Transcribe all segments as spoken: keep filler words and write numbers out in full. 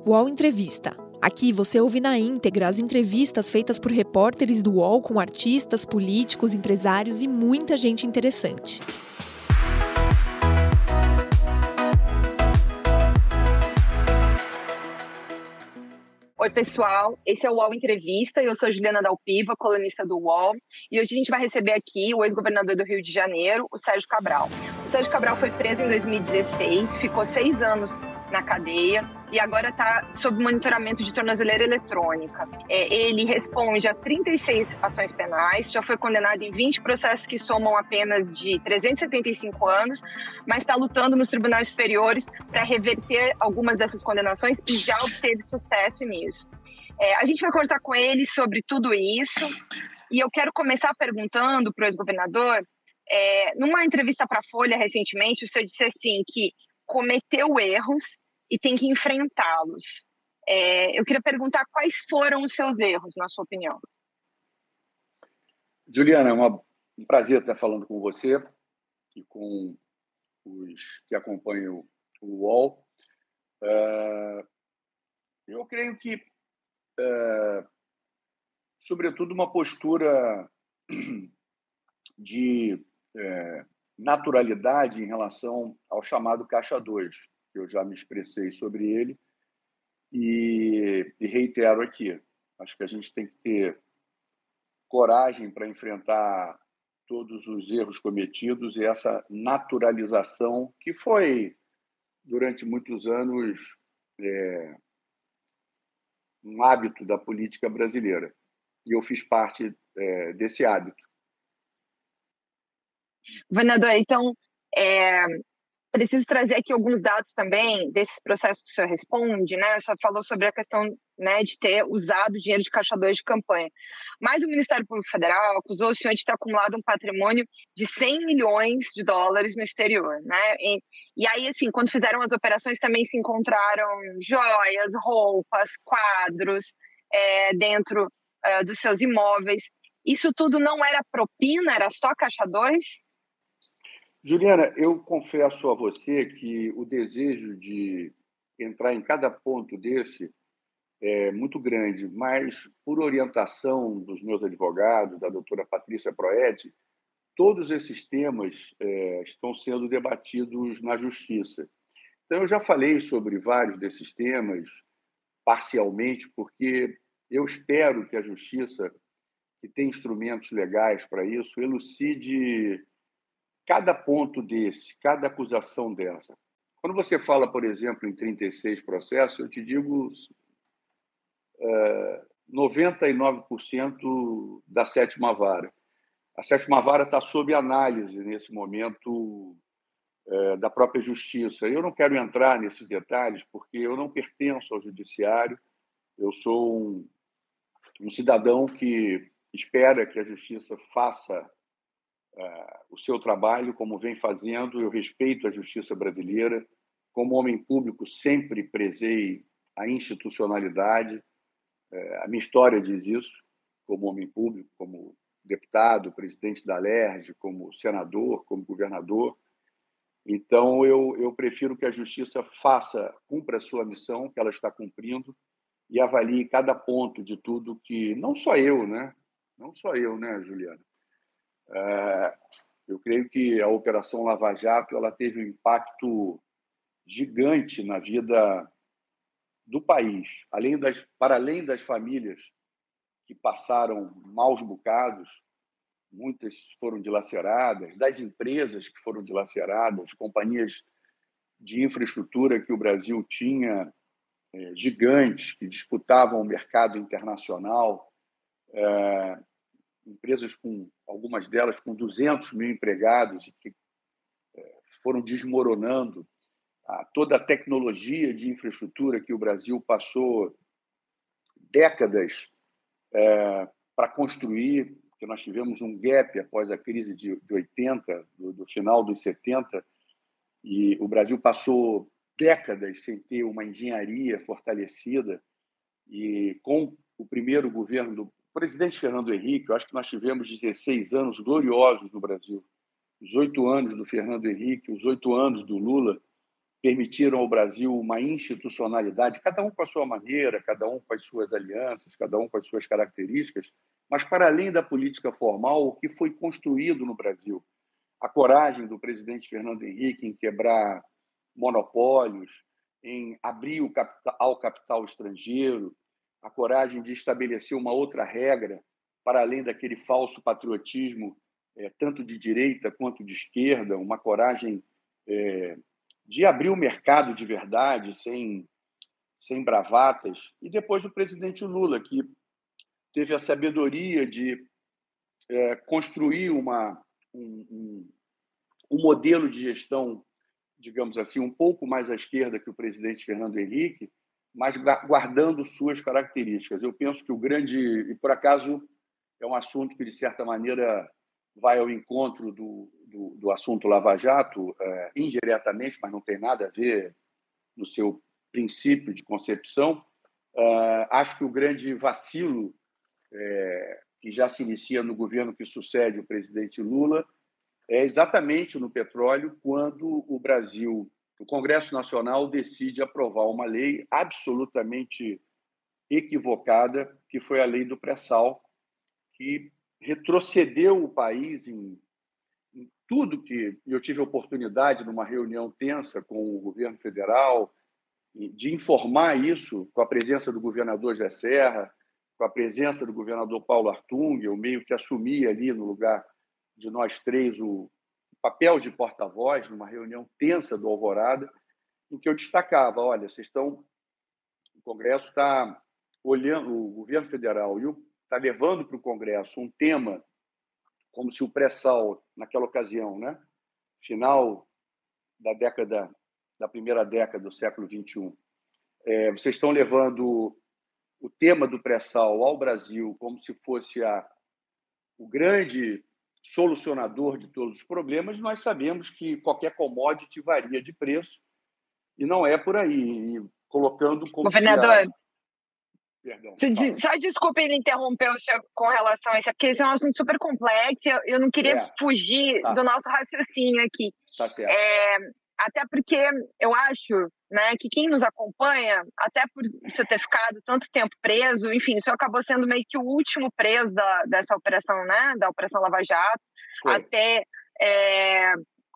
U O L Entrevista. Aqui você ouve na íntegra as entrevistas feitas por repórteres do U O L com artistas, políticos, empresários e muita gente interessante. Oi, pessoal. Esse é o U O L Entrevista e eu sou Juliana Dalpiva, colunista do U O L. E hoje a gente vai receber aqui o ex-governador do Rio de Janeiro, o Sérgio Cabral. O Sérgio Cabral foi preso em dois mil e dezesseis, ficou seis anos na cadeia e agora está sob monitoramento de tornozeleira eletrônica. É, ele responde a trinta e seis ações penais, já foi condenado em vinte processos que somam apenas de trezentos e setenta e cinco anos, mas está lutando nos tribunais superiores para reverter algumas dessas condenações e já obteve sucesso nisso. É, a gente vai conversar com ele sobre tudo isso e eu quero começar perguntando para o ex-governador, é, numa entrevista para a Folha recentemente, o senhor disse assim que cometeu erros e tem que enfrentá-los. É, eu queria perguntar quais foram os seus erros, na sua opinião. Juliana, é uma, um prazer estar falando com você e com os que acompanham o U O L. Uh, eu creio que, uh, sobretudo, uma postura de uh, naturalidade em relação ao chamado Caixa dois, que eu já me expressei sobre ele e, e reitero aqui. Acho que a gente tem que ter coragem para enfrentar todos os erros cometidos e essa naturalização que foi, durante muitos anos, é, um hábito da política brasileira. E eu fiz parte é, desse hábito. Governador, então, é, preciso trazer aqui alguns dados também desses processos que o senhor responde, né? O senhor falou sobre a questão, né, de ter usado dinheiro de Caixa dois de campanha. Mas o Ministério Público Federal acusou o senhor de ter acumulado um patrimônio de cem milhões de dólares no exterior, né? E, e aí, assim, quando fizeram as operações também se encontraram joias, roupas, quadros é, dentro é, dos seus imóveis. Isso tudo não era propina, era só Caixa dois? Juliana, eu confesso a você que o desejo de entrar em cada ponto desse é muito grande, mas, por orientação dos meus advogados, da doutora Patrícia Proetti, todos esses temas é, estão sendo debatidos na Justiça. Então, eu já falei sobre vários desses temas, parcialmente, porque eu espero que a Justiça, que tem instrumentos legais para isso, elucide cada ponto desse, cada acusação dessa. Quando você fala, por exemplo, em trinta e seis processos, eu te digo uh, noventa e nove por cento da sétima vara. A sétima vara está sob análise, nesse momento, uh, da própria Justiça. Eu não quero entrar nesses detalhes, porque eu não pertenço ao Judiciário, eu sou um, um cidadão que espera que a Justiça faça Uh, o seu trabalho, como vem fazendo. Eu respeito a justiça brasileira. Como homem público, sempre prezei a institucionalidade. Uh, a minha história diz isso, como homem público, como deputado, presidente da Alerj, como senador, como governador. Então, eu, eu prefiro que a justiça faça, cumpra a sua missão, que ela está cumprindo, e avalie cada ponto de tudo que... Não só eu, né? Não só eu, né, Juliana? Eu creio que a Operação Lava Jato ela teve um impacto gigante na vida do país, além das, para além das famílias que passaram maus bocados, muitas foram dilaceradas, das empresas que foram dilaceradas, companhias de infraestrutura que o Brasil tinha, é, gigantes, que disputavam o mercado internacional, é, empresas com, algumas delas com duzentos mil empregados e que é, foram desmoronando. A, toda a tecnologia de infraestrutura que o Brasil passou décadas é, para construir, que nós tivemos um gap após a crise de, de oitenta, do, do final dos setenta, e o Brasil passou décadas sem ter uma engenharia fortalecida, e com o primeiro governo do presidente Fernando Henrique, eu acho que nós tivemos dezesseis anos gloriosos no Brasil. Os oito anos do Fernando Henrique, os oito anos do Lula, permitiram ao Brasil uma institucionalidade, cada um com a sua maneira, cada um com as suas alianças, cada um com as suas características, mas, para além da política formal, o que foi construído no Brasil. A coragem do presidente Fernando Henrique em quebrar monopólios, em abrir o capital, ao capital estrangeiro, a coragem de estabelecer uma outra regra, para além daquele falso patriotismo, é, tanto de direita quanto de esquerda, uma coragem é, de abrir o mercado de verdade, sem, sem bravatas. E depois o presidente Lula, que teve a sabedoria de é, construir uma, um, um, um modelo de gestão, digamos assim, um pouco mais à esquerda que o presidente Fernando Henrique, mas guardando suas características. Eu penso que o grande... E, por acaso, é um assunto que, de certa maneira, vai ao encontro do, do, do assunto Lava Jato, é, indiretamente, mas não tem nada a ver no seu princípio de concepção. É, acho que o grande vacilo é, que já se inicia no governo que sucede o presidente Lula é exatamente no petróleo, quando o Brasil, o Congresso Nacional, decide aprovar uma lei absolutamente equivocada, que foi a lei do pré-sal, que retrocedeu o país em, em tudo que... Eu tive a oportunidade, numa reunião tensa com o governo federal, de informar isso, com a presença do governador José Serra, com a presença do governador Paulo Artung. Eu meio que assumi ali, no lugar de nós três, o papel de porta-voz, numa reunião tensa do Alvorada, em que eu destacava: olha, vocês estão... O Congresso está olhando, o governo federal está levando para o Congresso um tema como se o pré-sal, naquela ocasião, né, final da década, da primeira década do século vinte e um, é, vocês estão levando o tema do pré-sal ao Brasil como se fosse a, o grande solucionador de todos os problemas. Nós sabemos que qualquer commodity varia de preço e não é por aí. E colocando como Governador, se a... Perdão, só desculpe ele interromper o senhor com relação a isso, porque isso é um assunto super complexo. Eu não queria é, fugir tá. do nosso raciocínio aqui. Tá certo. É, até porque eu acho, né, que quem nos acompanha, até por você ter ficado tanto tempo preso, enfim, o senhor acabou sendo meio que o último preso da, dessa operação, né, da Operação Lava Jato, Foi. até é,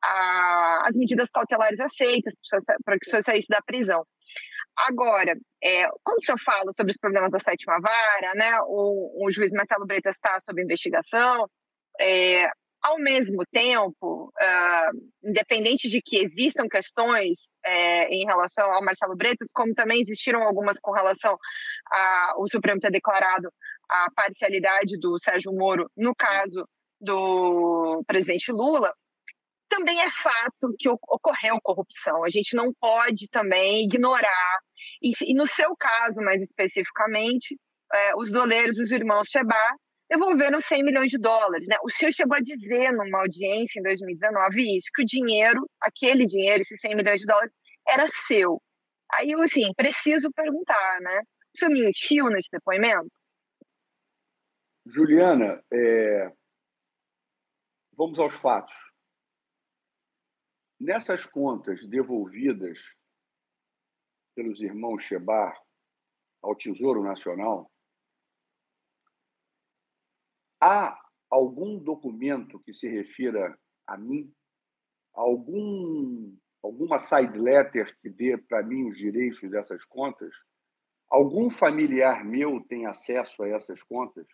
a, as medidas cautelares aceitas para que o senhor saísse da prisão. Agora, é, quando o senhor fala sobre os problemas da sétima vara, né, o, o juiz Marcelo Bretas está sob investigação, é, ao mesmo tempo, uh, independente de que existam questões é, em relação ao Marcelo Bretas, como também existiram algumas com relação ao Supremo ter declarado a parcialidade do Sérgio Moro no caso do presidente Lula, também é fato que ocorreu corrupção. A gente não pode também ignorar. E, e no seu caso, mais especificamente, é, os doleiros, os irmãos Chebar, devolveram cem milhões de dólares. Né? O senhor chegou a dizer numa audiência em dois mil e dezenove isso, que o dinheiro, aquele dinheiro, esses cem milhões de dólares, era seu. Aí, eu, assim, preciso perguntar, né? O senhor mentiu nesse depoimento? Juliana, é... vamos aos fatos. Nessas contas devolvidas pelos irmãos Chebar ao Tesouro Nacional, há algum documento que se refira a mim? Algum, alguma side letter que dê para mim os direitos dessas contas? Algum familiar meu tem acesso a essas contas?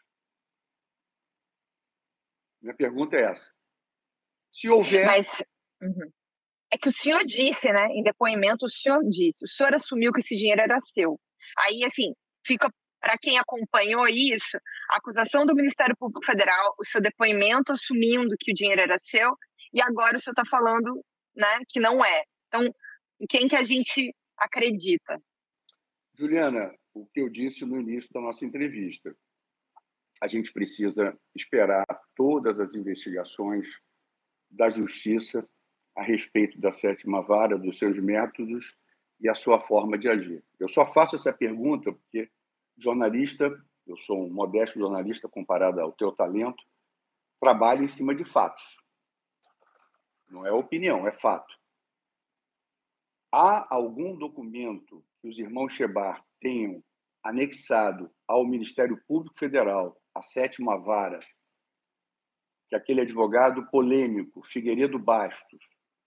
Minha pergunta é essa. Se houver... Mas... Uhum. É que o senhor disse, né, em depoimento, o senhor disse, o senhor assumiu que esse dinheiro era seu. Aí, assim, fica para quem acompanhou isso, a acusação do Ministério Público Federal, o seu depoimento assumindo que o dinheiro era seu, e agora o senhor está falando, né, que não é. Então, em quem que a gente acredita? Juliana, o que eu disse no início da nossa entrevista, a gente precisa esperar todas as investigações da Justiça a respeito da sétima vara, dos seus métodos e a sua forma de agir. Eu só faço essa pergunta porque jornalista, eu sou um modesto jornalista comparado ao teu talento, trabalho em cima de fatos. Não é opinião, é fato. há algum documento que os irmãos Shebar tenham anexado ao Ministério Público Federal, a sétima vara, que aquele advogado polêmico, Figueiredo Bastos,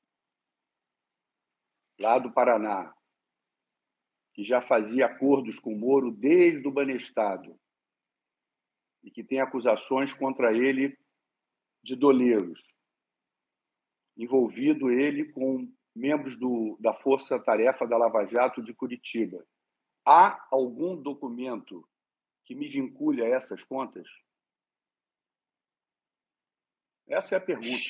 lá do Paraná, que já fazia acordos com o Moro desde o Banestado e que tem acusações contra ele de doleiros, envolvido ele com membros do, da Força Tarefa da Lava Jato de Curitiba. Há algum documento que me vincule a essas contas? Essa é a pergunta.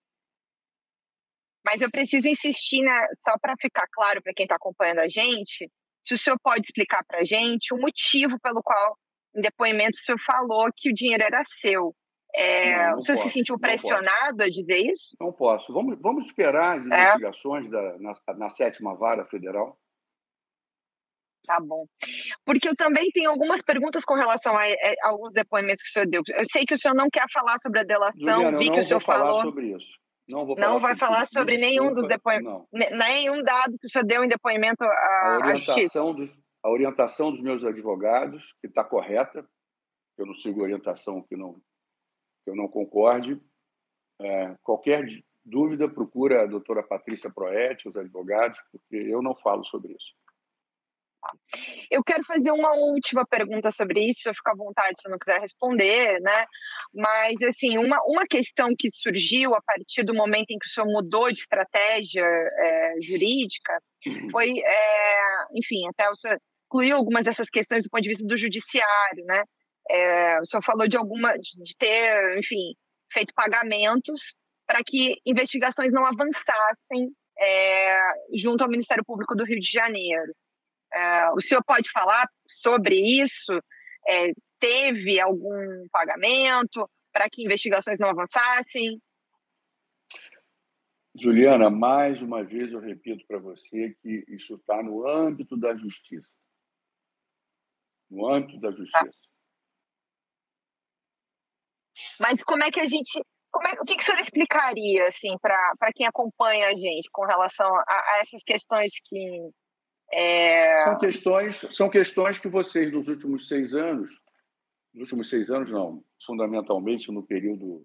Mas eu preciso insistir, né, só para ficar claro para quem está acompanhando a gente, se o senhor pode explicar para a gente o motivo pelo qual, em depoimento, o senhor falou que o dinheiro era seu. É, não, não o senhor posso, se sentiu pressionado a dizer isso? Não posso. Vamos, vamos esperar as investigações é. da, na, na sétima vara federal? Tá bom. Porque eu também tenho algumas perguntas com relação a, a, a alguns depoimentos que o senhor deu. Eu sei que o senhor não quer falar sobre a delação, Juliana, vi eu que o senhor vou falar falou... sobre isso. Não vou falar Não vai sobre falar isso. sobre Desculpa, nenhum dos depoimentos, nenhum dado que o senhor deu em depoimento à, a à orientação justiça. Dos, a orientação dos meus advogados, que está correta, eu não sigo orientação que, não, que eu não concorde. É, qualquer dúvida, procura a doutora Patrícia Proetti, os advogados, porque eu não falo sobre isso. Eu quero fazer uma última pergunta sobre isso, eu fico à vontade se eu não quiser responder, né? Mas, assim, uma, uma questão que surgiu a partir do momento em que o senhor mudou de estratégia é, jurídica foi, é, enfim, até o senhor incluiu algumas dessas questões do ponto de vista do judiciário, né? É, o senhor falou de alguma, de, de ter, enfim, feito pagamentos para que investigações não avançassem é, junto ao Ministério Público do Rio de Janeiro. Uh, o senhor pode falar sobre isso? É, teve algum pagamento para que investigações não avançassem? Juliana, mais uma vez eu repito para você que isso está no âmbito da justiça. No âmbito da justiça. Tá. Mas como é que a gente... Como é, o que, que o senhor explicaria assim, para quem acompanha a gente com relação a, a essas questões que... É... São questões, são questões que vocês, nos últimos seis anos, nos últimos seis anos, não, fundamentalmente no período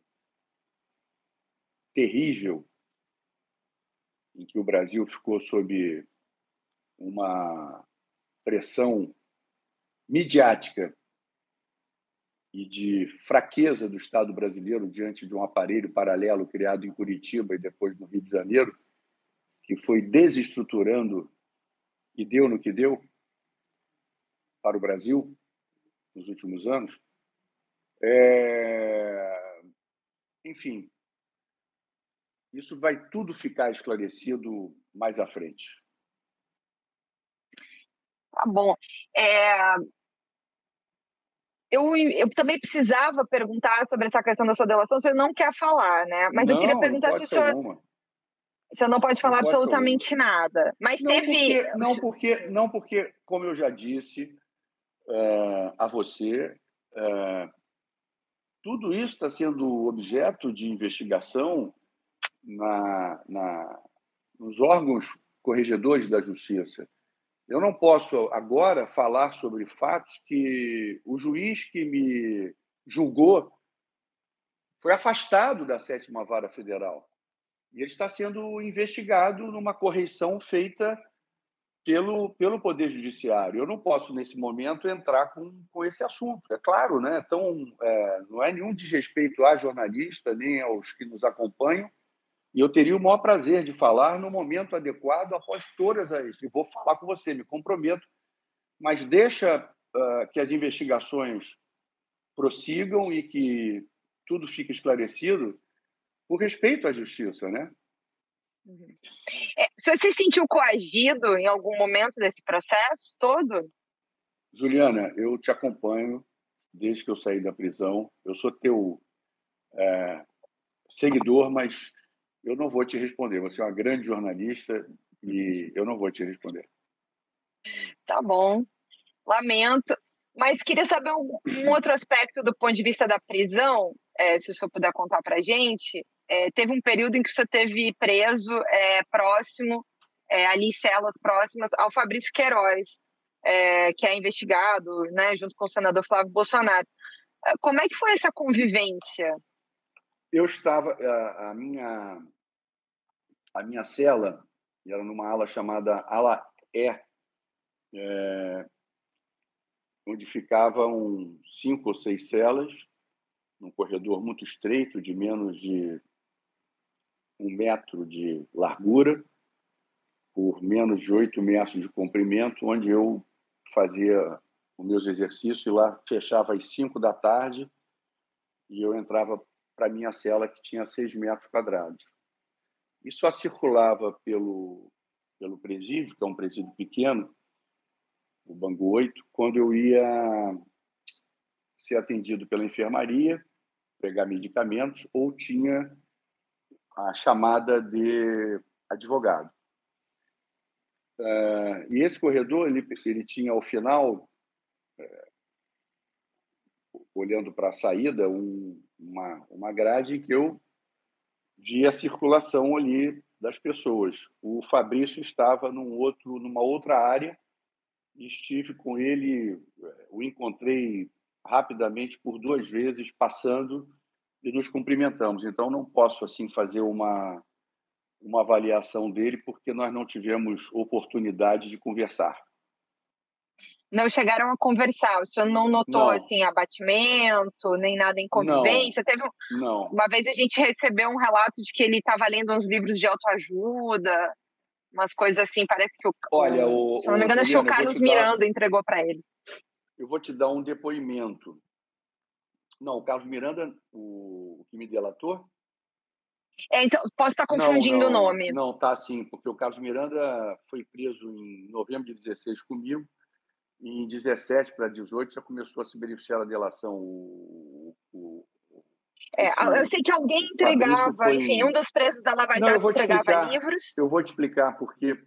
terrível em que o Brasil ficou sob uma pressão midiática e de fraqueza do Estado brasileiro diante de um aparelho paralelo criado em Curitiba e depois no Rio de Janeiro, que foi desestruturando e deu no que deu para o Brasil nos últimos anos. É... Enfim, isso vai tudo ficar esclarecido mais à frente. Tá bom. É... Eu, eu também precisava perguntar sobre essa questão da sua delação, o senhor não quer falar, né? Mas não, eu queria perguntar não se o senhor... Alguma. Você não pode falar não pode absolutamente nada. Mas não teve... Porque, não, porque, não porque, como eu já disse uh, a você, uh, tudo isso está sendo objeto de investigação na, na, nos órgãos corregedores da Justiça. Eu não posso agora falar sobre fatos que o juiz que me julgou foi afastado da sétima vara federal. E ele está sendo investigado numa correição feita pelo, pelo Poder Judiciário. Eu não posso, nesse momento, entrar com, com esse assunto. É claro, né? Então, é, não é nenhum desrespeito a jornalista, nem aos que nos acompanham, e eu teria o maior prazer de falar no momento adequado após todas as... E vou falar com você, me comprometo, mas deixa uh, que as investigações prossigam e que tudo fique esclarecido por respeito à justiça, né? Uhum. É, você se sentiu coagido em algum momento desse processo todo? Juliana, eu te acompanho desde que eu saí da prisão. Eu sou teu é, seguidor, mas eu não vou te responder. Você é uma grande jornalista e eu não vou te responder. Tá bom. Lamento. Mas queria saber um, um outro aspecto do ponto de vista da prisão, é, se o senhor puder contar para a gente. É, teve um período em que o senhor esteve preso é, próximo é, ali celas próximas ao Fabrício Queiroz, é, que é investigado, né, junto com o senador Flávio Bolsonaro. Como é que foi essa convivência? Eu estava... A, a, minha, a minha cela era numa ala chamada Ala E, é, onde ficavam cinco ou seis celas, num corredor muito estreito, de menos de um metro de largura, por menos de oito metros de comprimento, onde eu fazia os meus exercícios e lá fechava às cinco da tarde e eu entrava para a minha cela, que tinha seis metros quadrados. E só circulava pelo, pelo presídio, que é um presídio pequeno, o Bangu oito, quando eu ia ser atendido pela enfermaria, pegar medicamentos, ou tinha a chamada de advogado. Uh, e esse corredor, ele, ele tinha ao final, é, olhando para a saída, um, uma, uma grade que eu via a circulação ali das pessoas. O Fabrício estava num outro, numa outra área e estive com ele, o encontrei rapidamente por duas vezes, passando, e nos cumprimentamos. Então, não posso assim fazer uma, uma avaliação dele, porque nós não tivemos oportunidade de conversar. Não chegaram a conversar? O senhor não notou não. assim abatimento, nem nada em convivência? Não. Teve um... não. Uma vez a gente recebeu um relato de que ele estava lendo uns livros de autoajuda, umas coisas assim, parece que o... Olha, o, se não me engano, acho que o Carlos Miranda dar... entregou para ele. Eu vou te dar um depoimento. Não, o Carlos Miranda, o, o que me delatou? É, então, posso estar confundindo não, não, o nome. Não, tá sim, porque o Carlos Miranda foi preso em novembro de dezesseis comigo, e em dezessete para dezoito já começou a se beneficiar da delação. O, o, é, eu sei que alguém entregava, foi... enfim, um dos presos da Lava Jato não, entregava explicar, livros. Eu vou te explicar, porque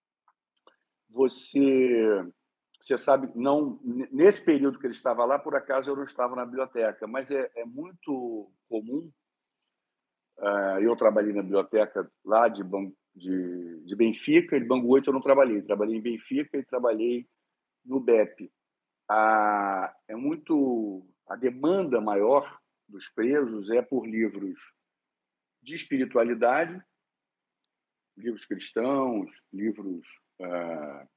você... Você sabe, não, nesse período que ele estava lá, por acaso eu não estava na biblioteca, mas é, é muito comum. Uh, eu trabalhei na biblioteca lá de, de, de Benfica, de Bangu oito eu não trabalhei. Trabalhei em Benfica e trabalhei no B E P. Uh, é muito... A demanda maior dos presos é por livros de espiritualidade, livros cristãos, livros uh,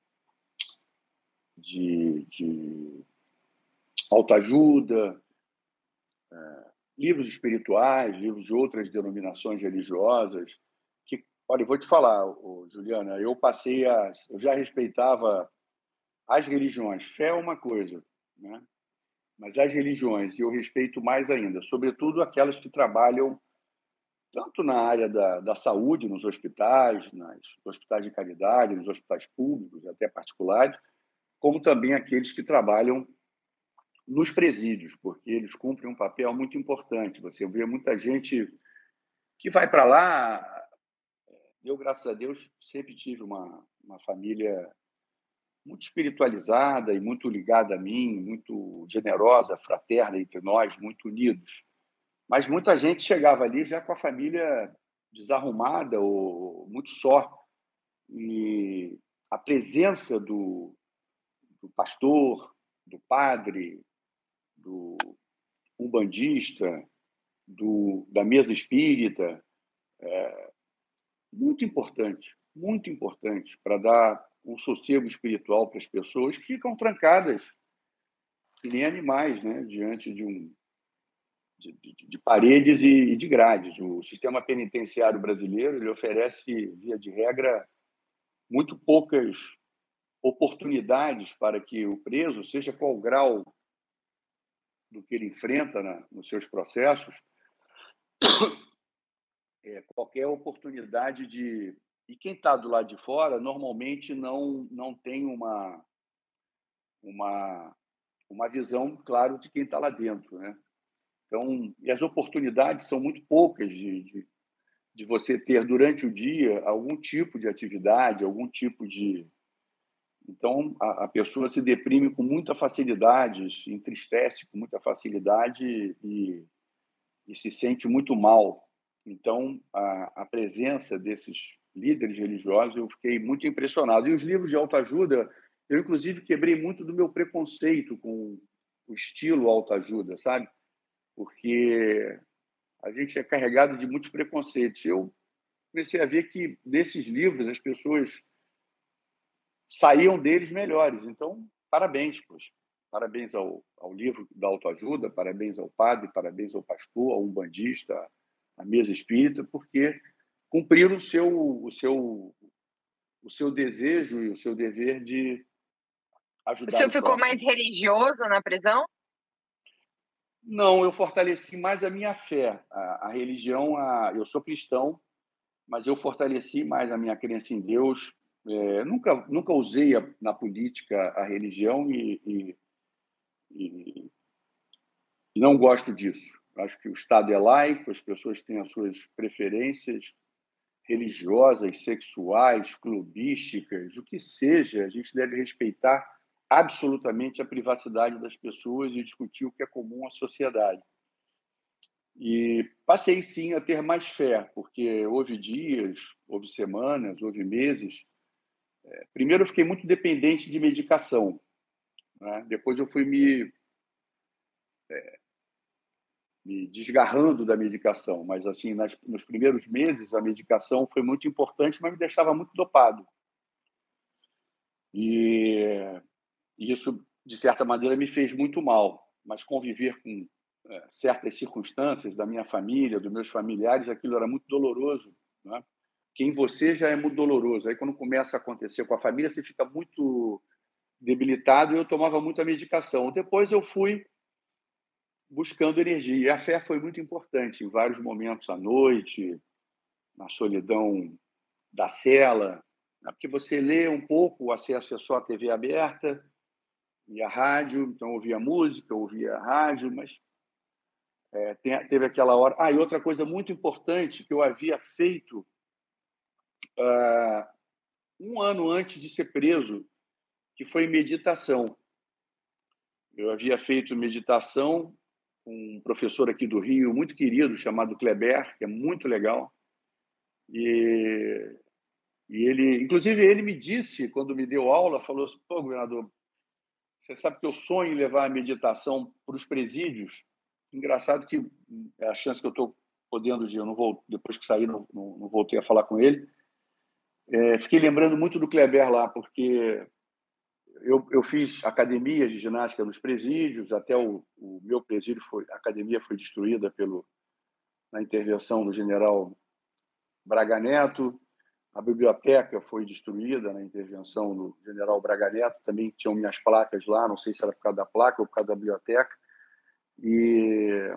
de... de autoajuda, é, livros espirituais, livros de outras denominações religiosas. Que, olha, eu vou te falar, oh, Juliana, eu passei a... Eu já respeitava as religiões. Fé é uma coisa, né? Mas as religiões, e eu respeito mais ainda, sobretudo aquelas que trabalham tanto na área da, da saúde, nos hospitais, nas hospitais de caridade, nos hospitais públicos, até particulares, como também aqueles que trabalham nos presídios, porque eles cumprem um papel muito importante. Você vê muita gente que vai para lá. Eu, graças a Deus, sempre tive uma, uma família muito espiritualizada e muito ligada a mim, muito generosa, fraterna entre nós, muito unidos. Mas muita gente chegava ali já com a família desarrumada ou muito só. E a presença do, do pastor, do padre, do umbandista, do, da mesa espírita, é muito importante, muito importante para dar um sossego espiritual para as pessoas que ficam trancadas, que nem animais, né, diante de, um, de, de, de paredes e, e de grades. O sistema penitenciário brasileiro ele oferece, via de regra, muito poucas oportunidades para que o preso, seja qual o grau do que ele enfrenta na, nos seus processos, é, qualquer oportunidade de... E quem está do lado de fora, normalmente, não, não tem uma, uma, uma visão, claro, de quem está lá dentro, né? Então, e as oportunidades são muito poucas de, de, de você ter, durante o dia, algum tipo de atividade, algum tipo de... Então, a, a pessoa se deprime com muita facilidade, se entristece com muita facilidade e, e se sente muito mal. Então, a, a presença desses líderes religiosos, eu fiquei muito impressionado. E os livros de autoajuda, eu, inclusive, quebrei muito do meu preconceito com o estilo autoajuda, sabe? Porque a gente é carregado de muitos preconceitos. Eu comecei a ver que, nesses livros, as pessoas saíam deles melhores. Então, parabéns, pois. Parabéns ao, ao livro da autoajuda, parabéns ao padre, parabéns ao pastor, ao umbandista, à mesa espírita, porque cumpriram o seu, o seu, o seu desejo e o seu dever de ajudar o senhor o ficou próximo. mais religioso na prisão? Não, eu fortaleci mais a minha fé. A, a religião, a, eu sou cristão, mas eu fortaleci mais a minha crença em Deus. É, nunca, nunca usei a, na política a religião e, e, e, e não gosto disso. Acho que o Estado é laico, as pessoas têm as suas preferências religiosas, sexuais, clubísticas, o que seja, a gente deve respeitar absolutamente a privacidade das pessoas e discutir o que é comum à sociedade. E passei, sim, a ter mais fé, porque houve dias, houve semanas, houve meses. Primeiro, eu fiquei muito dependente de medicação, né? Depois eu fui me, é, me desgarrando da medicação, mas assim, nas, nos primeiros meses a medicação foi muito importante, mas me deixava muito dopado. E, e isso, de certa maneira, me fez muito mal. Mas conviver com é, certas circunstâncias da minha família, dos meus familiares, aquilo era muito doloroso, né? Que em você já é muito doloroso. Aí, quando começa a acontecer com a família, você fica muito debilitado e eu tomava muita medicação. Depois eu fui buscando energia. E a fé foi muito importante em vários momentos, à noite, na solidão da cela, né? Porque você lê um pouco, o acesso é só à T V aberta e à rádio, então eu ouvia música, eu ouvia a rádio, mas é, teve aquela hora... Ah, e outra coisa muito importante que eu havia feito uh, um ano antes de ser preso, que foi meditação. Eu havia feito meditação com um professor aqui do Rio, muito querido, chamado Kleber, que é muito legal. E, e ele, inclusive, ele me disse, quando me deu aula, falou assim: pô, governador, você sabe que eu sonho em levar a meditação para os presídios? Engraçado que é a chance que eu estou podendo de, eu não vou, depois que saí, não, não, não voltei a falar com ele. É, fiquei lembrando muito do Kleber lá, porque eu, eu fiz academia de ginástica nos presídios, até o, o meu presídio, foi, a academia foi destruída pelo, na intervenção do general Braga Neto, a biblioteca foi destruída na intervenção do general Braga Neto, também tinham minhas placas lá, não sei se era por causa da placa ou por causa da biblioteca. E...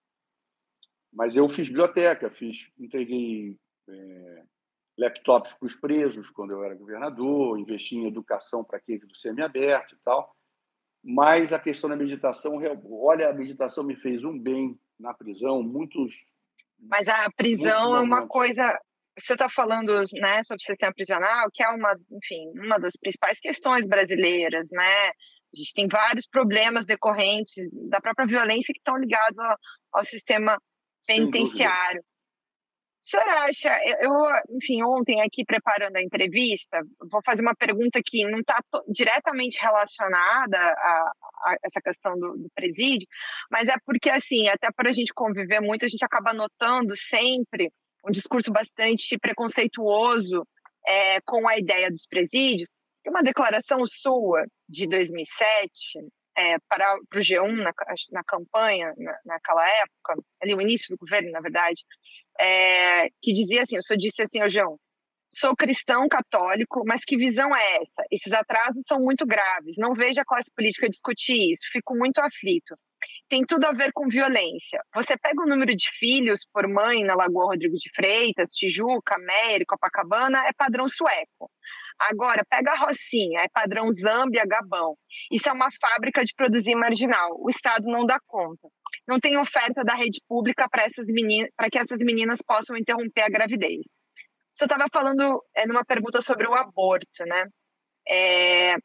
Mas eu fiz biblioteca, fiz, entreguei é, laptops para os presos quando eu era governador, investi em educação para quem do semiaberto e tal. Mas a questão da meditação, olha, a meditação me fez um bem na prisão, muitos Mas a prisão é uma coisa... Você está falando, né, sobre o sistema prisional, que é uma, enfim, uma das principais questões brasileiras, né? A gente tem vários problemas decorrentes da própria violência que estão ligados ao, ao sistema penitenciário. O senhor acha, eu, enfim, ontem aqui preparando a entrevista, vou fazer uma pergunta que não está diretamente relacionada a, a essa questão do, do presídio, mas é porque, assim, até para a gente conviver muito, a gente acaba notando sempre um discurso bastante preconceituoso é, com a ideia dos presídios. Tem uma declaração sua de dois mil e sete é, para, para o G um, na, na campanha, na, naquela época, ali o início do governo, na verdade, é, que dizia assim, o senhor disse assim ao G um: sou cristão católico, mas que visão é essa? Esses atrasos são muito graves, não vejo a classe política discutir isso, fico muito aflito. Tem tudo a ver com violência. Você pega o número de filhos por mãe na Lagoa Rodrigo de Freitas, Tijuca, Méry, Copacabana, é padrão sueco. Agora, pega a Rocinha, é padrão Zâmbia, Gabão. Isso é uma fábrica de produzir marginal. O Estado não dá conta. Não tem oferta da rede pública para essas meninas, para que essas meninas possam interromper a gravidez. Você estava falando é, numa pergunta sobre o aborto, né? É...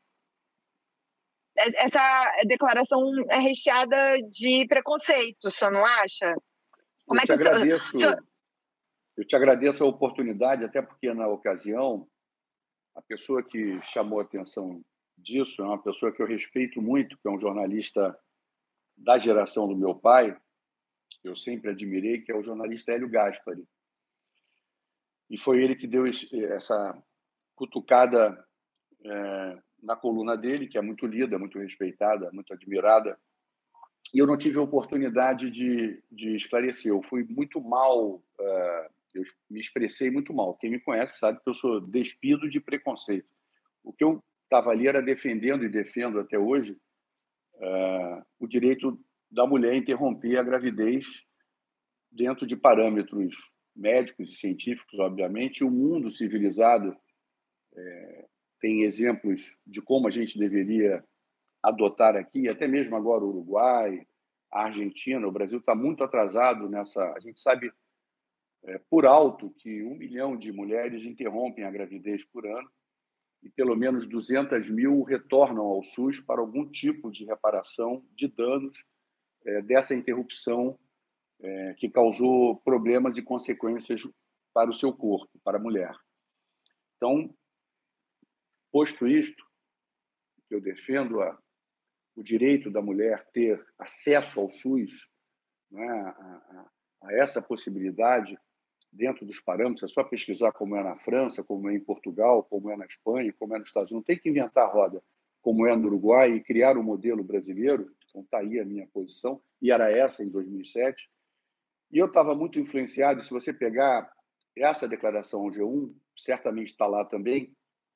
Essa declaração é recheada de preconceito, o senhor não acha? Como eu é que te agradeço. Senhor... Eu te agradeço a oportunidade, até porque, na ocasião, a pessoa que chamou a atenção disso é uma pessoa que eu respeito muito, que é um jornalista da geração do meu pai, que eu sempre admirei, que é o jornalista Hélio Gaspari. E foi ele que deu essa cutucada é, na coluna dele, que é muito lida, muito respeitada, muito admirada, e eu não tive a oportunidade de, de esclarecer. Eu fui muito mal, uh, eu me expressei muito mal. Quem me conhece sabe que eu sou despido de preconceito. O que eu estava ali era defendendo e defendo até hoje uh, o direito da mulher interromper a gravidez dentro de parâmetros médicos e científicos, obviamente. O mundo civilizado é, tem exemplos de como a gente deveria adotar aqui, até mesmo agora o Uruguai, a Argentina. O Brasil está muito atrasado nessa. A gente sabe é, por alto que um milhão de mulheres interrompem a gravidez por ano e pelo menos duzentas mil retornam ao SUS para algum tipo de reparação de danos é, dessa interrupção é, que causou problemas e consequências para o seu corpo, para a mulher. Então, posto isto, que eu defendo a o direito da mulher ter acesso ao SUS, né, a, a, a essa possibilidade dentro dos parâmetros. É só pesquisar como é na França, como é em Portugal, como é na Espanha, como é nos Estados Unidos. Não tem que inventar a roda, como é no Uruguai, e criar um modelo brasileiro. Então, está aí a minha posição, e era essa em dois mil e sete. E eu estava muito influenciado, se você pegar essa declaração ao G um, certamente está lá também,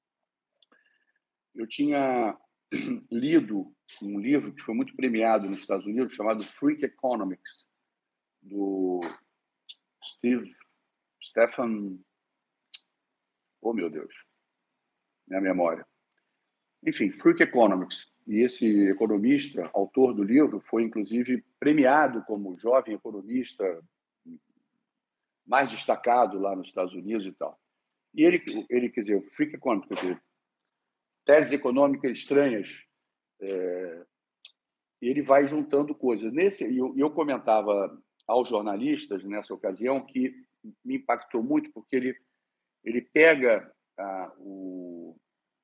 eu tinha lido um livro que foi muito premiado nos Estados Unidos, chamado Freak Economics, do Steve, Stephen... Oh, meu Deus, minha memória. Enfim, Freak Economics. E esse economista, autor do livro, foi, inclusive, premiado como jovem economista mais destacado lá nos Estados Unidos e tal. E ele, ele quer dizer, Freak Economics, quer dizer, teses econômicas estranhas, é, ele vai juntando coisas. Nesse, e eu, eu comentava aos jornalistas nessa ocasião que me impactou muito, porque ele, ele pega a, o,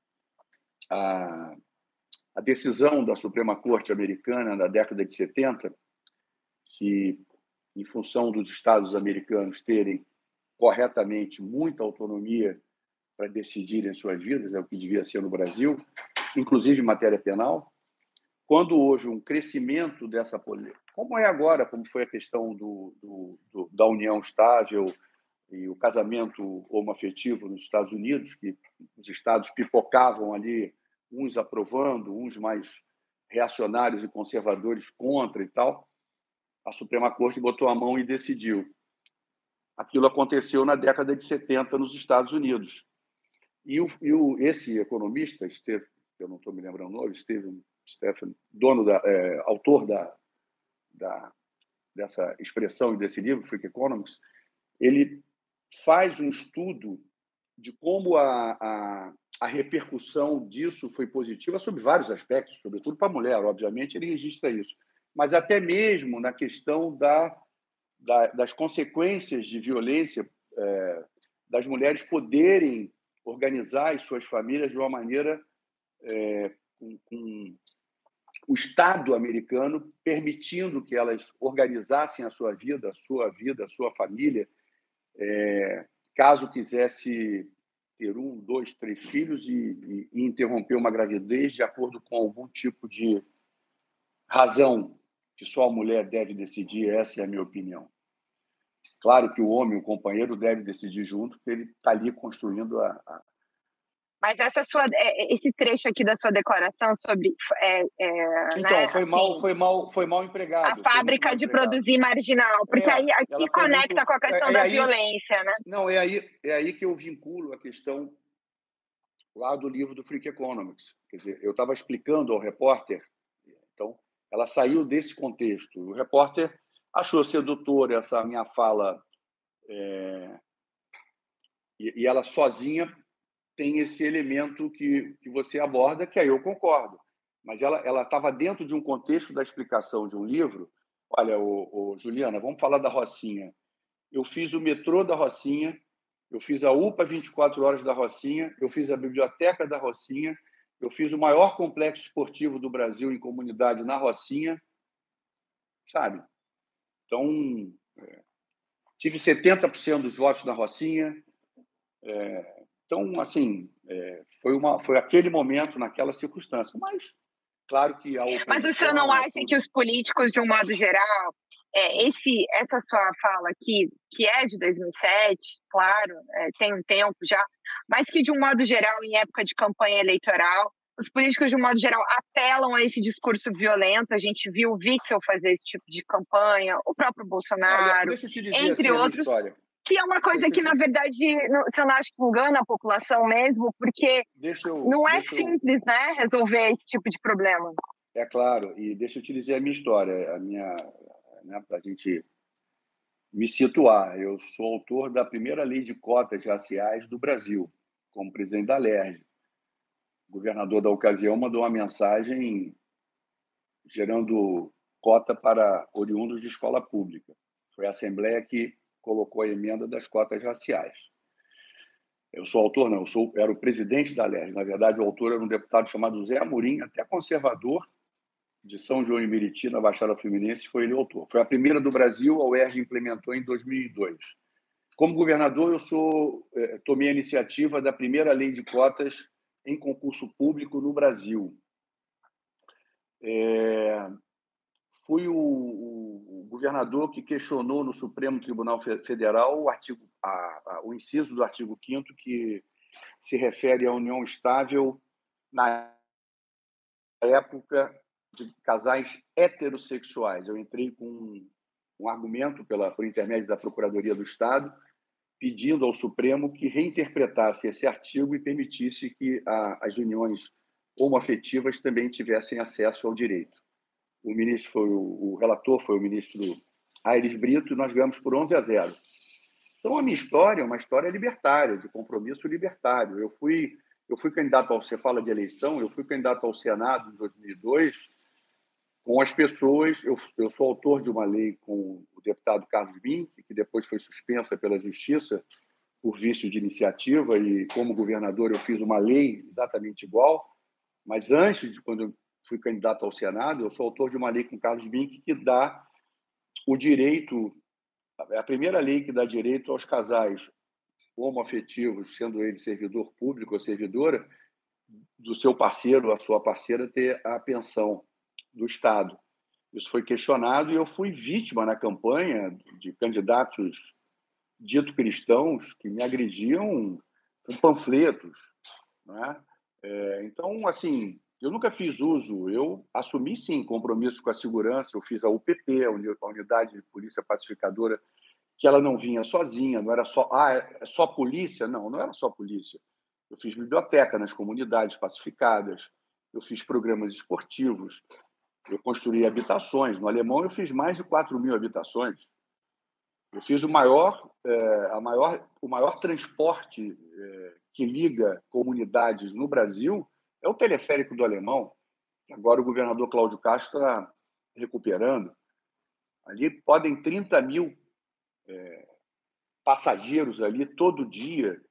a, a decisão da Suprema Corte americana na década de setenta, que, em função dos estados americanos terem corretamente muita autonomia para decidirem suas vidas, é o que devia ser no Brasil, inclusive em matéria penal. Quando houve um crescimento dessa política, como é agora, como foi a questão do, do, do, da união estável e o casamento homoafetivo nos Estados Unidos, que os estados pipocavam ali, uns aprovando, uns mais reacionários e conservadores contra e tal, a Suprema Corte botou a mão e decidiu. Aquilo aconteceu na década de setenta nos Estados Unidos. E, o, e o, esse economista, Steve, eu não estou me lembrando o nome, Stephen, Stephen dono da, é, autor da, da, dessa expressão e desse livro, Freak Economics, ele faz um estudo de como a, a, a repercussão disso foi positiva sobre vários aspectos, sobretudo para a mulher, obviamente, ele registra isso, mas até mesmo na questão da, da, das consequências de violência, é, das mulheres poderem organizar as suas famílias de uma maneira é, com, com o Estado americano permitindo que elas organizassem a sua vida, a sua vida, a sua família, é, caso quisesse ter um, dois, três filhos e, e, e interromper uma gravidez de acordo com algum tipo de razão que só a mulher deve decidir, essa é a minha opinião. Claro que o homem, o companheiro, deve decidir junto, porque ele está ali construindo a, a... Mas essa sua, esse trecho aqui da sua declaração sobre... É, é, então, né, foi, assim, mal, foi, mal, foi mal empregado. A fábrica de empregado. produzir marginal, porque é, aí aqui conecta muito... com a questão é, é da aí, violência, né? Não, é aí, é aí que eu vinculo a questão lá do livro do Freak Economics. Quer dizer, eu estava explicando ao repórter, então, ela saiu desse contexto. O repórter achou sedutora essa minha fala, é, e, e ela sozinha tem esse elemento que, que você aborda, que aí eu concordo. Mas ela estava dentro de um contexto da explicação de um livro. Olha, ô, ô, Juliana, vamos falar da Rocinha. eu fiz o metrô da Rocinha, eu fiz a UPA vinte e quatro horas da Rocinha, eu fiz a biblioteca da Rocinha, eu fiz o maior complexo esportivo do Brasil em comunidade na Rocinha, sabe? Então, é, tive setenta por cento dos votos na Rocinha. É, então, assim, é, foi, uma, foi aquele momento, naquela circunstância. Mas, claro que a oposição... Mas o senhor não acha que os políticos, de um modo geral, é, esse, essa sua fala aqui, que é de dois mil e sete, claro, é, tem um tempo já, mas que, de um modo geral, em época de campanha eleitoral, os políticos, de um modo geral, apelam a esse discurso violento? A gente viu o Witzel fazer esse tipo de campanha, o próprio Bolsonaro, Olha, deixa eu te dizer entre assim, outros, que é uma coisa que, na verdade, você não acha que engana a população mesmo, porque eu, não é simples, eu... né, resolver esse tipo de problema. É claro, e deixa eu te dizer a minha história, a minha, né, para a gente me situar. Eu sou autor da primeira lei de cotas raciais do Brasil, como presidente da Alerj. O governador da ocasião mandou uma mensagem gerando cota para oriundos de escola pública. Foi a Assembleia que colocou a emenda das cotas raciais. Eu sou autor, não, eu sou, era o presidente da Alerj. Na verdade, o autor era um deputado chamado Zé Amorim, até conservador, de São João e Meriti, na Baixada Fluminense, foi ele o autor. Foi a primeira do Brasil, a U E R J implementou em dois mil e dois. Como governador, eu sou, eh, tomei a iniciativa da primeira lei de cotas em concurso público no Brasil. É, fui o, o, o governador que questionou no Supremo Tribunal Federal o, artigo, a, a, o inciso do artigo quinto que se refere à união estável na época de casais heterossexuais. Eu entrei com um argumento pela, por intermédio da Procuradoria do Estado, pedindo ao Supremo que reinterpretasse esse artigo e permitisse que a, as uniões homoafetivas também tivessem acesso ao direito. O ministro foi o, o relator foi o ministro Aires Brito e nós ganhamos por onze a zero. Então a minha história é uma história libertária, de compromisso libertário. Eu fui eu fui candidato ao, você fala de eleição, eu fui candidato ao Senado em dois mil e dois com as pessoas, eu, eu sou autor de uma lei com o deputado Carlos Binck, que depois foi suspensa pela Justiça por vício de iniciativa, e como governador eu fiz uma lei exatamente igual, mas antes de quando eu fui candidato ao Senado, eu sou autor de uma lei com Carlos Binck que dá o direito, é a primeira lei que dá direito aos casais homoafetivos, sendo ele servidor público ou servidora, do seu parceiro, a sua parceira, ter a pensão do Estado. Isso foi questionado e eu fui vítima na campanha de candidatos dito cristãos que me agrediam com panfletos, né? É, então, assim, eu nunca fiz uso, eu assumi, sim, compromisso com a segurança, eu fiz a U P P, a Unidade de Polícia Pacificadora, que ela não vinha sozinha, não era só, ah, é só polícia? Não, não era só polícia. Eu fiz biblioteca nas comunidades pacificadas, eu fiz programas esportivos, eu construí habitações. No Alemão, eu fiz mais de quatro mil habitações. Eu fiz o maior, é, a maior, o maior transporte é, que liga comunidades no Brasil é o teleférico do Alemão, que agora o governador Cláudio Castro está recuperando. Ali podem trinta mil é, passageiros ali todo dia.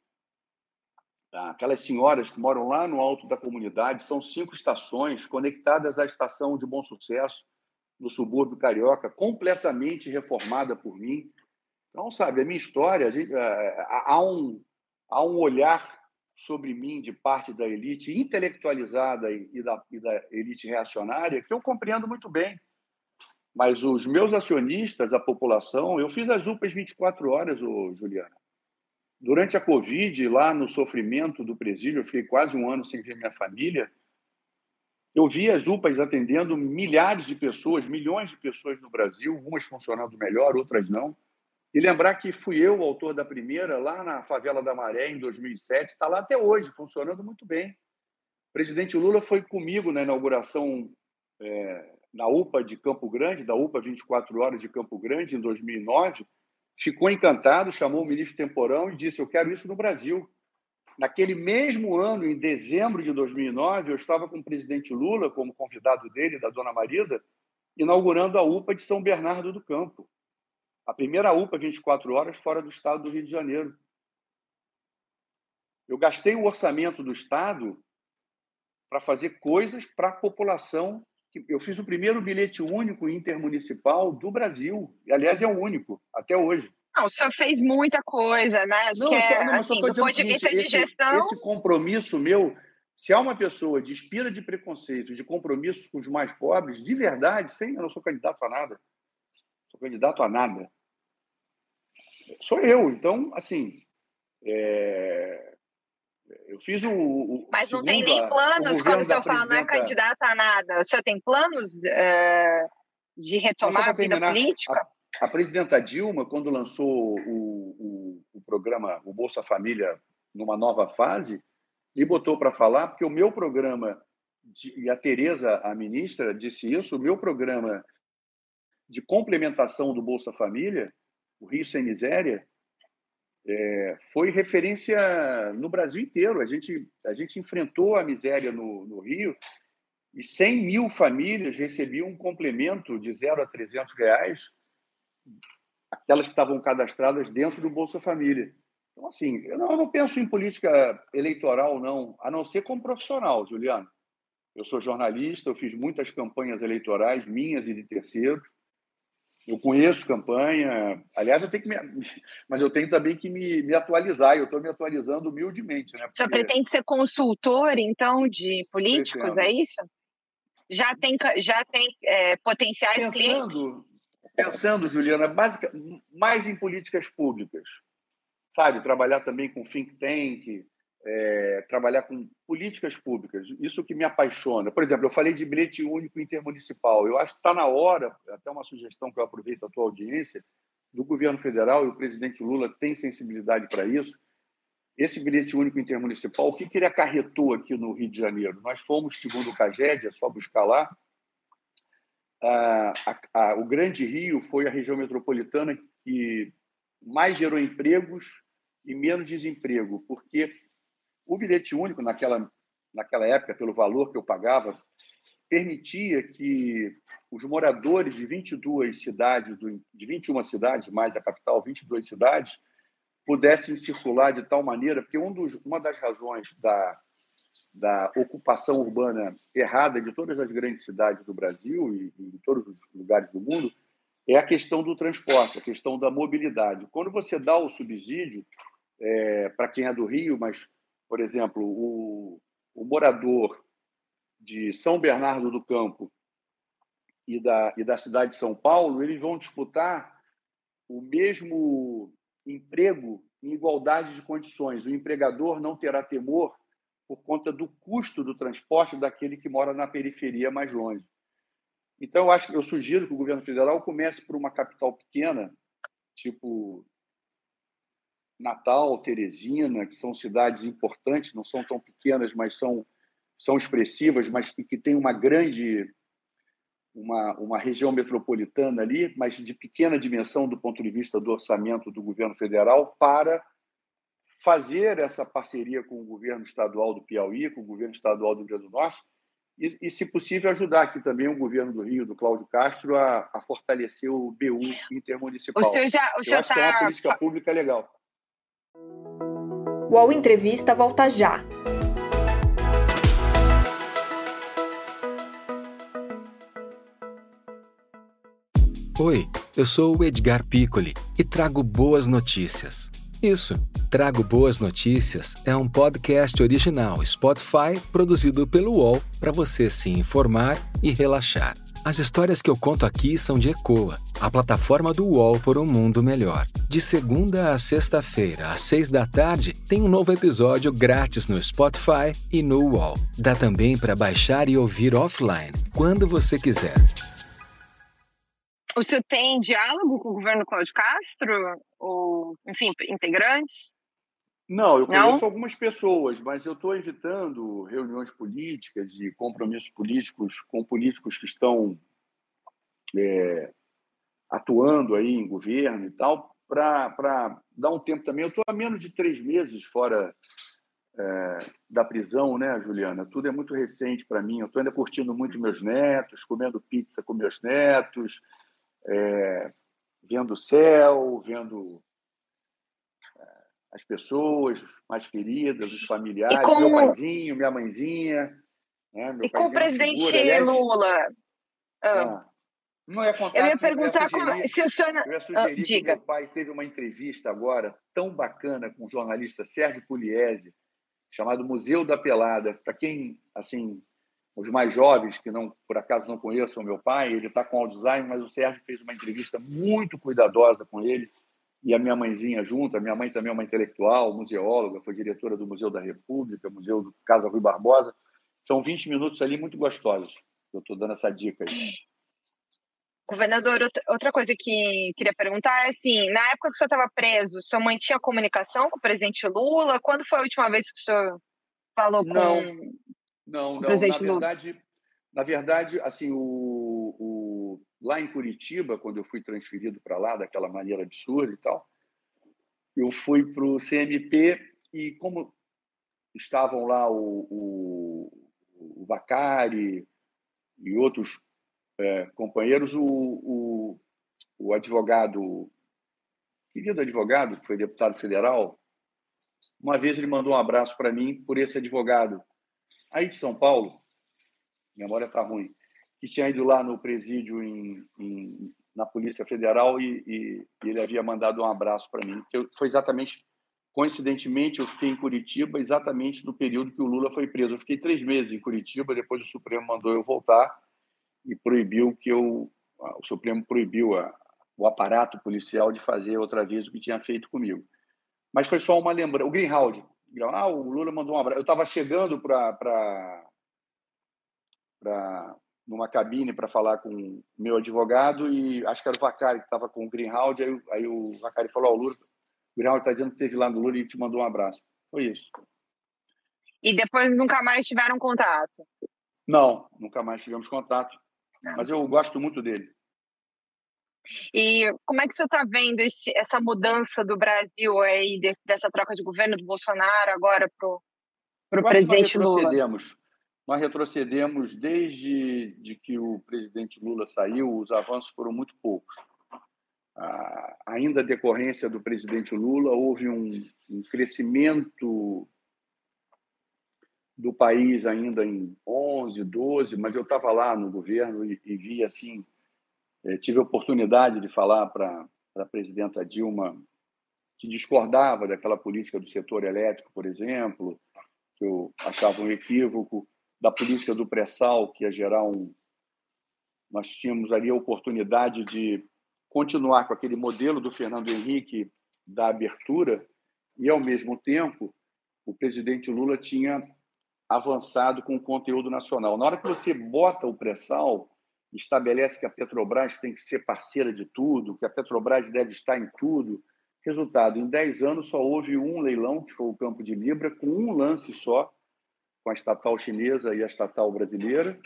Aquelas senhoras que moram lá no alto da comunidade, são cinco estações conectadas à estação de Bom Sucesso, no subúrbio carioca, completamente reformada por mim. Então, sabe, a minha história, a gente, há, um, há um olhar sobre mim de parte da elite intelectualizada e da, e da elite reacionária que eu compreendo muito bem. Mas os meus acionistas, a população, eu fiz as U P As vinte e quatro horas, ô, Juliana. Durante a Covid, lá no sofrimento do presídio, eu fiquei quase um ano sem ver minha família, eu vi as U P As atendendo milhares de pessoas, milhões de pessoas no Brasil, umas funcionando melhor, outras não. E lembrar que fui eu o autor da primeira, lá na Favela da Maré, em dois mil e sete, está lá até hoje, funcionando muito bem. O presidente Lula foi comigo na inauguração é, na U P A de Campo Grande, da U P A vinte e quatro horas de Campo Grande, em dois mil e nove, ficou encantado, chamou o ministro Temporão e disse: eu quero isso no Brasil. Naquele mesmo ano, em dezembro de dois mil e nove, eu estava com o presidente Lula, como convidado dele, da dona Marisa, inaugurando a U P A de São Bernardo do Campo. a primeira U P A vinte e quatro horas fora do estado do Rio de Janeiro. Eu gastei o orçamento do estado para fazer coisas para a população. Eu fiz o primeiro bilhete único intermunicipal do Brasil. E, aliás, é o único, até hoje. Não, o senhor fez muita coisa, né? Acho não, que eu só, é, não, mas só assim, estou do dizendo ponto o de seguinte, vista de esse, gestão... esse compromisso meu, se há uma pessoa despida de preconceito, de compromisso com os mais pobres, de verdade, sem, eu não sou candidato a nada. Sou candidato a nada. Sou eu. Então, assim, é... eu fiz o, o Mas não tem segundo, nem a, o planos, quando governo o da senhor fala não é presidenta... candidato a nada, o senhor tem planos é, de Não, só retomar para a vida terminar, política? a, a presidenta Dilma, quando lançou o, o, o programa, o Bolsa Família, numa nova fase, me botou para falar, porque o meu programa, de, e a Tereza, a ministra, disse isso, o meu programa de complementação do Bolsa Família, o Rio Sem Miséria, é, foi referência no Brasil inteiro. A gente, a gente enfrentou a miséria no, no Rio e cem mil famílias recebiam um complemento de zero a trezentos reais, aquelas que estavam cadastradas dentro do Bolsa Família. Então, assim, eu não, eu não penso em política eleitoral, não, a não ser como profissional, Juliano. Eu sou jornalista, eu fiz muitas campanhas eleitorais, minhas e de terceiros. Eu conheço campanha. Aliás, eu tenho que me... mas eu tenho também que me, me atualizar. Eu estou me atualizando humildemente, né? O senhor Porque pretende ser consultor, então, de políticos, pretendo. é isso? Já tem, já tem é, potenciais clientes? Pensando, pensando, Juliana, basic, mais em políticas públicas, sabe? Trabalhar também com think tank, é, trabalhar com políticas públicas. Isso que me apaixona. Por exemplo, eu falei de bilhete único intermunicipal. Eu acho que está na hora, até uma sugestão que eu aproveito a tua audiência, do governo federal, e o presidente Lula tem sensibilidade para isso. Esse bilhete único intermunicipal, o que, que ele acarretou aqui no Rio de Janeiro? Nós fomos, segundo o CAGED, é só buscar lá, a, a, a, o Grande Rio foi a região metropolitana que mais gerou empregos e menos desemprego, porque o bilhete único, naquela, naquela época, pelo valor que eu pagava, permitia que os moradores de vinte e duas cidades, de vinte e uma cidades, mais a capital, vinte e duas cidades, pudessem circular de tal maneira, porque um dos, uma das razões da, da ocupação urbana errada de todas as grandes cidades do Brasil e em todos os lugares do mundo é a questão do transporte, a questão da mobilidade. Quando você dá o subsídio é, para quem é do Rio, mas, por exemplo, o, o morador de São Bernardo do Campo e da, e da cidade de São Paulo, eles vão disputar o mesmo emprego em igualdade de condições. O empregador não terá temor por conta do custo do transporte daquele que mora na periferia mais longe. Então, eu acho, eu sugiro que o governo federal comece por uma capital pequena, tipo Natal, Teresina, que são cidades importantes, não são tão pequenas, mas são, são expressivas, mas que, que têm uma grande, uma, uma região metropolitana ali, mas de pequena dimensão do ponto de vista do orçamento do governo federal, para fazer essa parceria com o governo estadual do Piauí, com o governo estadual do Rio Grande do Norte, e, e se possível, ajudar aqui também o governo do Rio, do Cláudio Castro, a, a fortalecer o B U intermunicipal. O senhor já, o Eu senhor acho tá... que é uma política pública legal. O U O L Entrevista volta já. Oi, eu sou o Edgar Piccoli e trago boas notícias. Isso, Trago Boas Notícias é um podcast original Spotify produzido pelo U O L para você se informar e relaxar. As histórias que eu conto aqui são de Ecoa, a plataforma do U O L por um mundo melhor. De segunda a sexta-feira, às seis da tarde, tem um novo episódio grátis no Spotify e no U O L. Dá também para baixar e ouvir offline, quando você quiser. O senhor tem diálogo com o governo Cláudio Castro? Ou, enfim, integrantes? Não, eu Não? conheço algumas pessoas, mas eu estou evitando reuniões políticas e compromissos políticos com políticos que estão é, atuando aí em governo e tal, para dar um tempo também. Eu estou há menos de três meses fora é, da prisão, né, Juliana? Tudo é muito recente para mim. Eu estou ainda curtindo muito meus netos, comendo pizza com meus netos, é, vendo o céu, vendo as pessoas mais queridas, os familiares, com... meu paizinho, minha mãezinha. Né? Meu e com o presidente Aliás, Lula? Ah, ah, não ia contar eu ia que eu perguntar ia sugerir, como, se o senhor... eu ia sugerir ah, que diga. meu pai teve uma entrevista agora tão bacana com o jornalista Sérgio Pugliese, chamado Museu da Pelada. Para quem, assim, os mais jovens que não, por acaso não conheçam meu pai, ele está com Alzheimer, mas o Sérgio fez uma entrevista muito cuidadosa com ele e a minha mãezinha junto. A minha mãe também é uma intelectual, museóloga, foi diretora do Museu da República, Museu do Casa Rui Barbosa. São vinte minutos ali muito gostosos. Eu estou dando essa dica aí. Governador, outra coisa que queria perguntar é assim, na época que o senhor estava preso, sua mãe tinha comunicação com o presidente Lula? Quando foi a última vez que o senhor falou não, com não, o não. presidente Na Lula? verdade, na verdade, assim, o, o, lá em Curitiba, quando eu fui transferido para lá, daquela maneira absurda e tal, eu fui para o C M P e como estavam lá o, o, o Vacari e outros é, companheiros, o, o, o advogado, querido advogado, que foi deputado federal, uma vez ele mandou um abraço para mim por esse advogado aí de São Paulo, memória está ruim, que tinha ido lá no presídio em, em, na Polícia Federal e, e, e ele havia mandado um abraço para mim. Eu, foi exatamente, coincidentemente, eu fiquei em Curitiba exatamente no período que o Lula foi preso. Eu fiquei três meses em Curitiba, depois o Supremo mandou eu voltar e proibiu que eu... O Supremo proibiu a, o aparato policial de fazer outra vez o que tinha feito comigo. Mas foi só uma lembrança. O Greenhalgh, ah, o Lula mandou um abraço. Eu estava chegando para... para numa cabine para falar com o meu advogado e acho que era o Vacari que estava com o Greenhalgh, aí, aí o Vacari falou, ó, oh, o Lula, o Greenhalgh está dizendo que esteve lá no Lula e te mandou um abraço. Foi isso. E depois nunca mais tiveram contato? Não, nunca mais tivemos contato, Não. mas eu gosto muito dele. E como é que o senhor está vendo esse, essa mudança do Brasil aí, desse, dessa troca de governo do Bolsonaro agora para o presidente Lula? Nós retrocedemos desde de que o presidente Lula saiu, os avanços foram muito poucos. Ah, ainda a decorrência do presidente Lula, houve um, um crescimento do país ainda em onze, doze, mas eu estava lá no governo e, e vi assim, eh, tive a oportunidade de falar para a presidenta Dilma, que discordava daquela política do setor elétrico, por exemplo, que eu achava um equívoco, da política do pré-sal, que ia gerar um... Nós tínhamos ali a oportunidade de continuar com aquele modelo do Fernando Henrique da abertura e, ao mesmo tempo, o presidente Lula tinha avançado com o conteúdo nacional. Na hora que você bota o pré-sal, estabelece que a Petrobras tem que ser parceira de tudo, que a Petrobras deve estar em tudo. Resultado, em dez anos só houve um leilão, que foi o Campo de Libra, com um lance só, com a estatal chinesa e a estatal brasileira,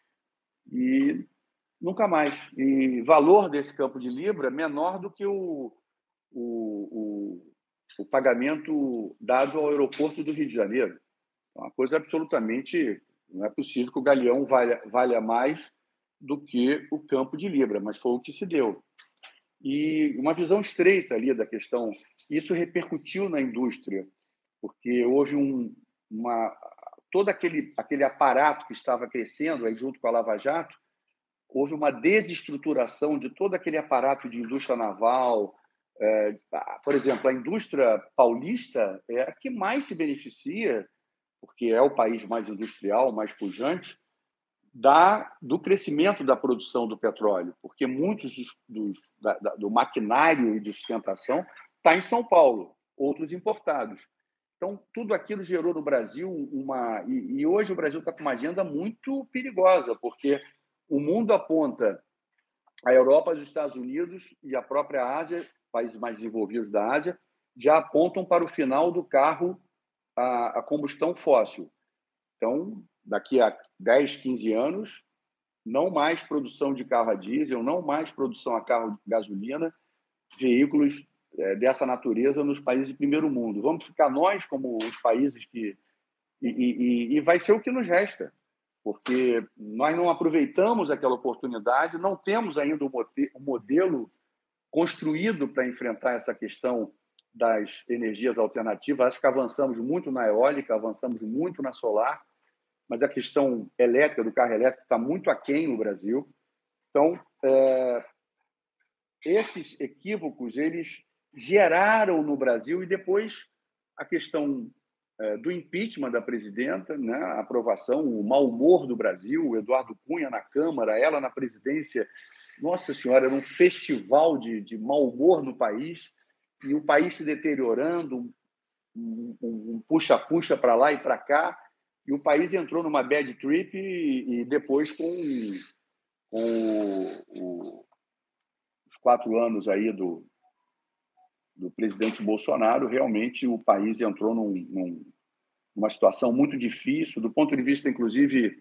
e nunca mais. E valor desse Campo de Libra menor do que o, o, o, o pagamento dado ao aeroporto do Rio de Janeiro. É uma coisa absolutamente... Não é possível que o Galeão valha, valha mais do que o Campo de Libra, mas foi o que se deu. E uma visão estreita ali da questão. Isso repercutiu na indústria, porque houve um, uma... todo aquele, aquele aparato que estava crescendo aí junto com a Lava Jato, houve uma desestruturação de todo aquele aparato de indústria naval. É, por exemplo, a indústria paulista é a que mais se beneficia, porque é o país mais industrial, mais pujante, da, do crescimento da produção do petróleo, porque muitos dos, dos, da, do maquinário e de sustentação está em São Paulo, outros importados. Então, tudo aquilo gerou no Brasil uma... E, e hoje o Brasil está com uma agenda muito perigosa, porque o mundo aponta a Europa, os Estados Unidos e a própria Ásia, países mais desenvolvidos da Ásia, já apontam para o final do carro a, a combustão fóssil. Então, daqui a dez, quinze anos, não mais produção de carro a diesel, não mais produção a carro de gasolina, veículos dessa natureza nos países de primeiro mundo. Vamos ficar nós como os países que... E, e, e vai ser o que nos resta, porque nós não aproveitamos aquela oportunidade, não temos ainda um modelo construído para enfrentar essa questão das energias alternativas. Acho que avançamos muito na eólica, avançamos muito na solar, mas a questão elétrica, do carro elétrico, está muito aquém no Brasil. Então, é, esses equívocos, eles geraram no Brasil, e depois a questão é, do impeachment da presidenta, né, a aprovação, o mau humor do Brasil, o Eduardo Cunha na Câmara, ela na presidência. Nossa Senhora, era um festival de, de mau humor no país, e o país se deteriorando, um, um, um puxa-puxa para lá e para cá, e o país entrou numa bad trip, e, e depois, com, com o, o, os quatro anos aí do, do presidente Bolsonaro, realmente o país entrou num, num, numa situação muito difícil, do ponto de vista, inclusive,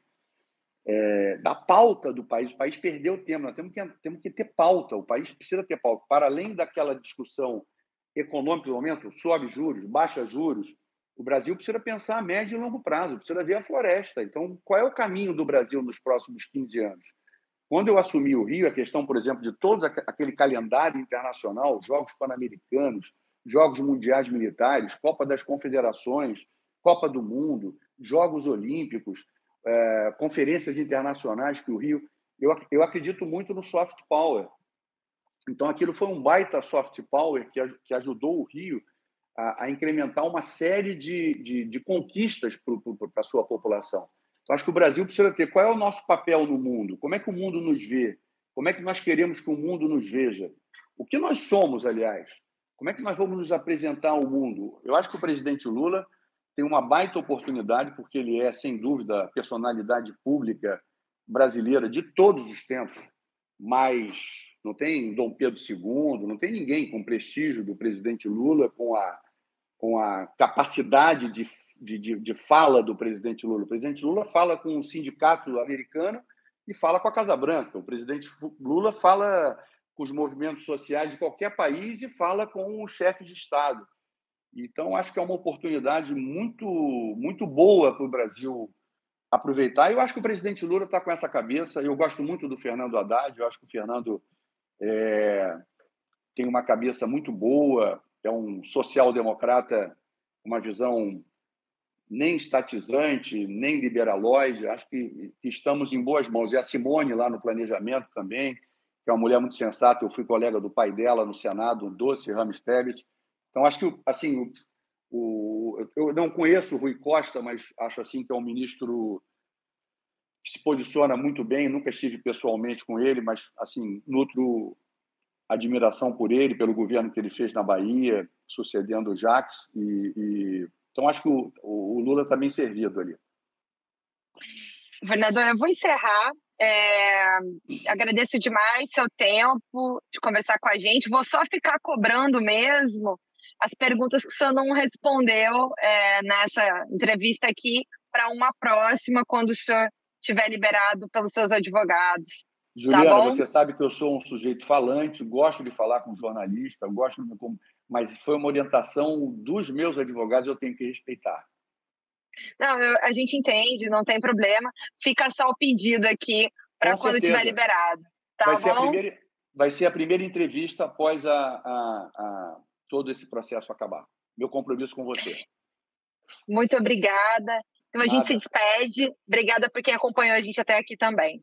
é, da pauta do país. O país perdeu o tempo, nós temos que, temos que ter pauta, o país precisa ter pauta. Para além daquela discussão econômica do momento, sobe juros, baixa juros, o Brasil precisa pensar a médio e longo prazo, precisa ver a floresta. Então, qual é o caminho do Brasil nos próximos quinze anos? Quando eu assumi o Rio, a questão, por exemplo, de todo aquele calendário internacional, Jogos Pan-Americanos, Jogos Mundiais Militares, Copa das Confederações, Copa do Mundo, Jogos Olímpicos, eh, conferências internacionais que o Rio... Eu, eu acredito muito no soft power. Então, aquilo foi um baita soft power que, que ajudou o Rio a, a incrementar uma série de, de, de conquistas para a sua população. Então, acho que o Brasil precisa ter qual é o nosso papel no mundo, como é que o mundo nos vê, como é que nós queremos que o mundo nos veja, o que nós somos, aliás, como é que nós vamos nos apresentar ao mundo. Eu acho que o presidente Lula tem uma baita oportunidade, porque ele é, sem dúvida, a personalidade pública brasileira de todos os tempos, mas não tem Dom Pedro segundo, não tem ninguém com o prestígio do presidente Lula, com a, com a capacidade de, de, de fala do presidente Lula. O presidente Lula fala com o sindicato americano e fala com a Casa Branca. O presidente Lula fala com os movimentos sociais de qualquer país e fala com o chefe de Estado. Então, acho que é uma oportunidade muito, muito boa para o Brasil aproveitar. Eu acho que o presidente Lula está com essa cabeça. Eu gosto muito do Fernando Haddad. Eu acho que o Fernando é, tem uma cabeça muito boa, é um social-democrata, uma visão nem estatizante, nem liberaloide. Acho que, que estamos em boas mãos. E a Simone, lá no planejamento também, que é uma mulher muito sensata. Eu fui colega do pai dela no Senado, o Doce Ramstedt. Então, acho que, assim, o, o, eu não conheço o Rui Costa, mas acho assim que é um ministro que se posiciona muito bem. Nunca estive pessoalmente com ele, mas, assim, nutro admiração por ele, pelo governo que ele fez na Bahia, sucedendo o Jacques. E, e, então, acho que o, o Lula está bem servido ali. Governador, eu vou encerrar. É, agradeço demais seu tempo de conversar com a gente. Vou só ficar cobrando mesmo as perguntas que o senhor não respondeu é, nessa entrevista aqui para uma próxima, quando o senhor estiver liberado pelos seus advogados. Juliana, tá bom? Você sabe que eu sou um sujeito falante, gosto de falar com jornalista, gosto de, mas foi uma orientação dos meus advogados, eu tenho que respeitar. Não, eu, a gente entende, não tem problema. Fica só o pedido aqui para quando estiver liberado. Tá vai, bom? Ser a primeira, vai ser a primeira entrevista após a, a, a todo esse processo acabar. Meu compromisso com você. Muito obrigada. Então a Nada. gente se despede. Obrigada por quem acompanhou a gente até aqui também.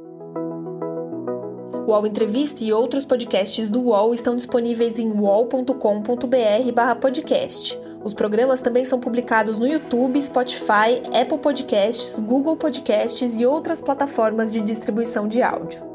O U O L Entrevista e outros podcasts do U O L estão disponíveis em uol ponto com ponto br barra podcast. Os programas também são publicados no YouTube, Spotify, Apple Podcasts, Google Podcasts e outras plataformas de distribuição de áudio.